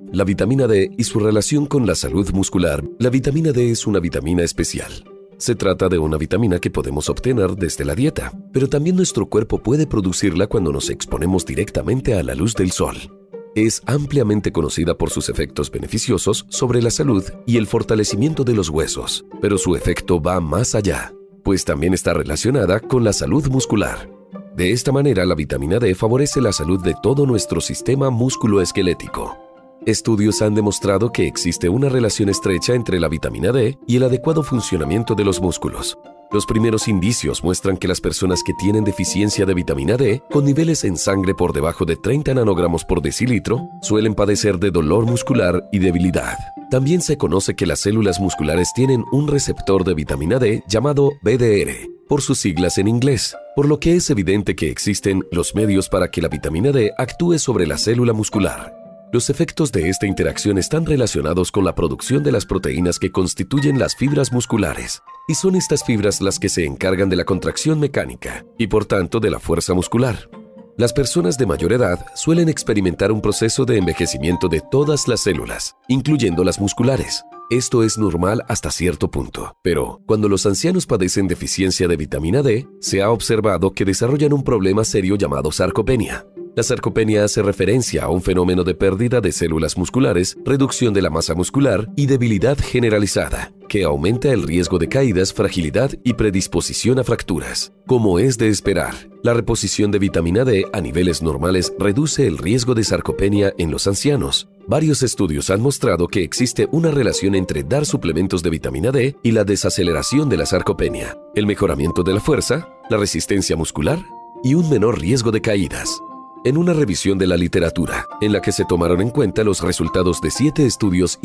La vitamina D y su relación con la salud muscular. La vitamina D es una vitamina especial. Se trata de una vitamina que podemos obtener desde la dieta, pero también nuestro cuerpo puede producirla cuando nos exponemos directamente a la luz del sol. Es ampliamente conocida por sus efectos beneficiosos sobre la salud y el fortalecimiento de los huesos, pero su efecto va más allá, pues también está relacionada con la salud muscular. De esta manera, la vitamina D favorece la salud de todo nuestro sistema musculoesquelético. Estudios han demostrado que existe una relación estrecha entre la vitamina D y el adecuado funcionamiento de los músculos. Los primeros indicios muestran que las personas que tienen deficiencia de vitamina D, con niveles en sangre por debajo de 30 nanogramos por decilitro, suelen padecer de dolor muscular y debilidad. También se conoce que las células musculares tienen un receptor de vitamina D llamado BDR, por sus siglas en inglés, por lo que es evidente que existen los medios para que la vitamina D actúe sobre la célula muscular. Los efectos de esta interacción están relacionados con la producción de las proteínas que constituyen las fibras musculares, y son estas fibras las que se encargan de la contracción mecánica y por tanto de la fuerza muscular. Las personas de mayor edad suelen experimentar un proceso de envejecimiento de todas las células, incluyendo las musculares. Esto es normal hasta cierto punto, pero cuando los ancianos padecen deficiencia de vitamina D, se ha observado que desarrollan un problema serio llamado sarcopenia. La sarcopenia hace referencia a un fenómeno de pérdida de células musculares, reducción de la masa muscular y debilidad generalizada, que aumenta el riesgo de caídas, fragilidad y predisposición a fracturas. Como es de esperar, la reposición de vitamina D a niveles normales reduce el riesgo de sarcopenia en los ancianos. Varios estudios han mostrado que existe una relación entre dar suplementos de vitamina D y la desaceleración de la sarcopenia, el mejoramiento de la fuerza, la resistencia muscular y un menor riesgo de caídas. En una revisión de la literatura, en la que se tomaron en cuenta los resultados de 7 estudios y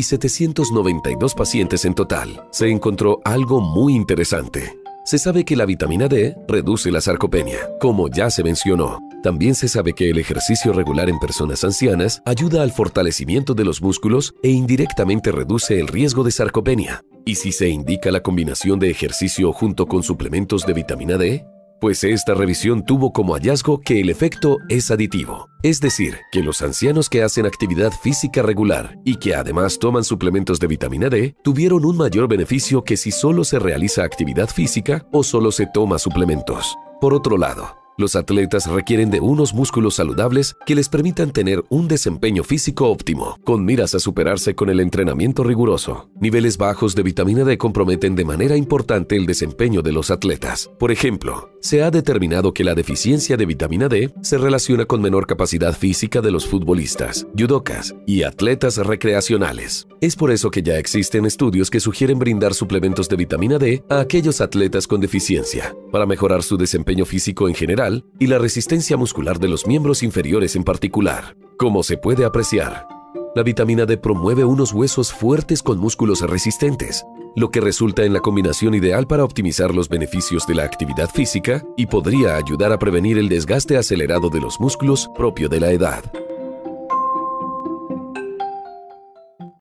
792 pacientes en total, se encontró algo muy interesante. Se sabe que la vitamina D reduce la sarcopenia, como ya se mencionó. También se sabe que el ejercicio regular en personas ancianas ayuda al fortalecimiento de los músculos e indirectamente reduce el riesgo de sarcopenia. ¿Y si se indica la combinación de ejercicio junto con suplementos de vitamina D? Pues esta revisión tuvo como hallazgo que el efecto es aditivo, es decir, que los ancianos que hacen actividad física regular y que además toman suplementos de vitamina D tuvieron un mayor beneficio que si solo se realiza actividad física o solo se toma suplementos. Por otro lado, los atletas requieren de unos músculos saludables que les permitan tener un desempeño físico óptimo, con miras a superarse con el entrenamiento riguroso. Niveles bajos de vitamina D comprometen de manera importante el desempeño de los atletas. Por ejemplo, se ha determinado que la deficiencia de vitamina D se relaciona con menor capacidad física de los futbolistas, judocas y atletas recreacionales. Es por eso que ya existen estudios que sugieren brindar suplementos de vitamina D a aquellos atletas con deficiencia, para mejorar su desempeño físico en general y la resistencia muscular de los miembros inferiores en particular. Como se puede apreciar, la vitamina D promueve unos huesos fuertes con músculos resistentes, lo que resulta en la combinación ideal para optimizar los beneficios de la actividad física y podría ayudar a prevenir el desgaste acelerado de los músculos propio de la edad.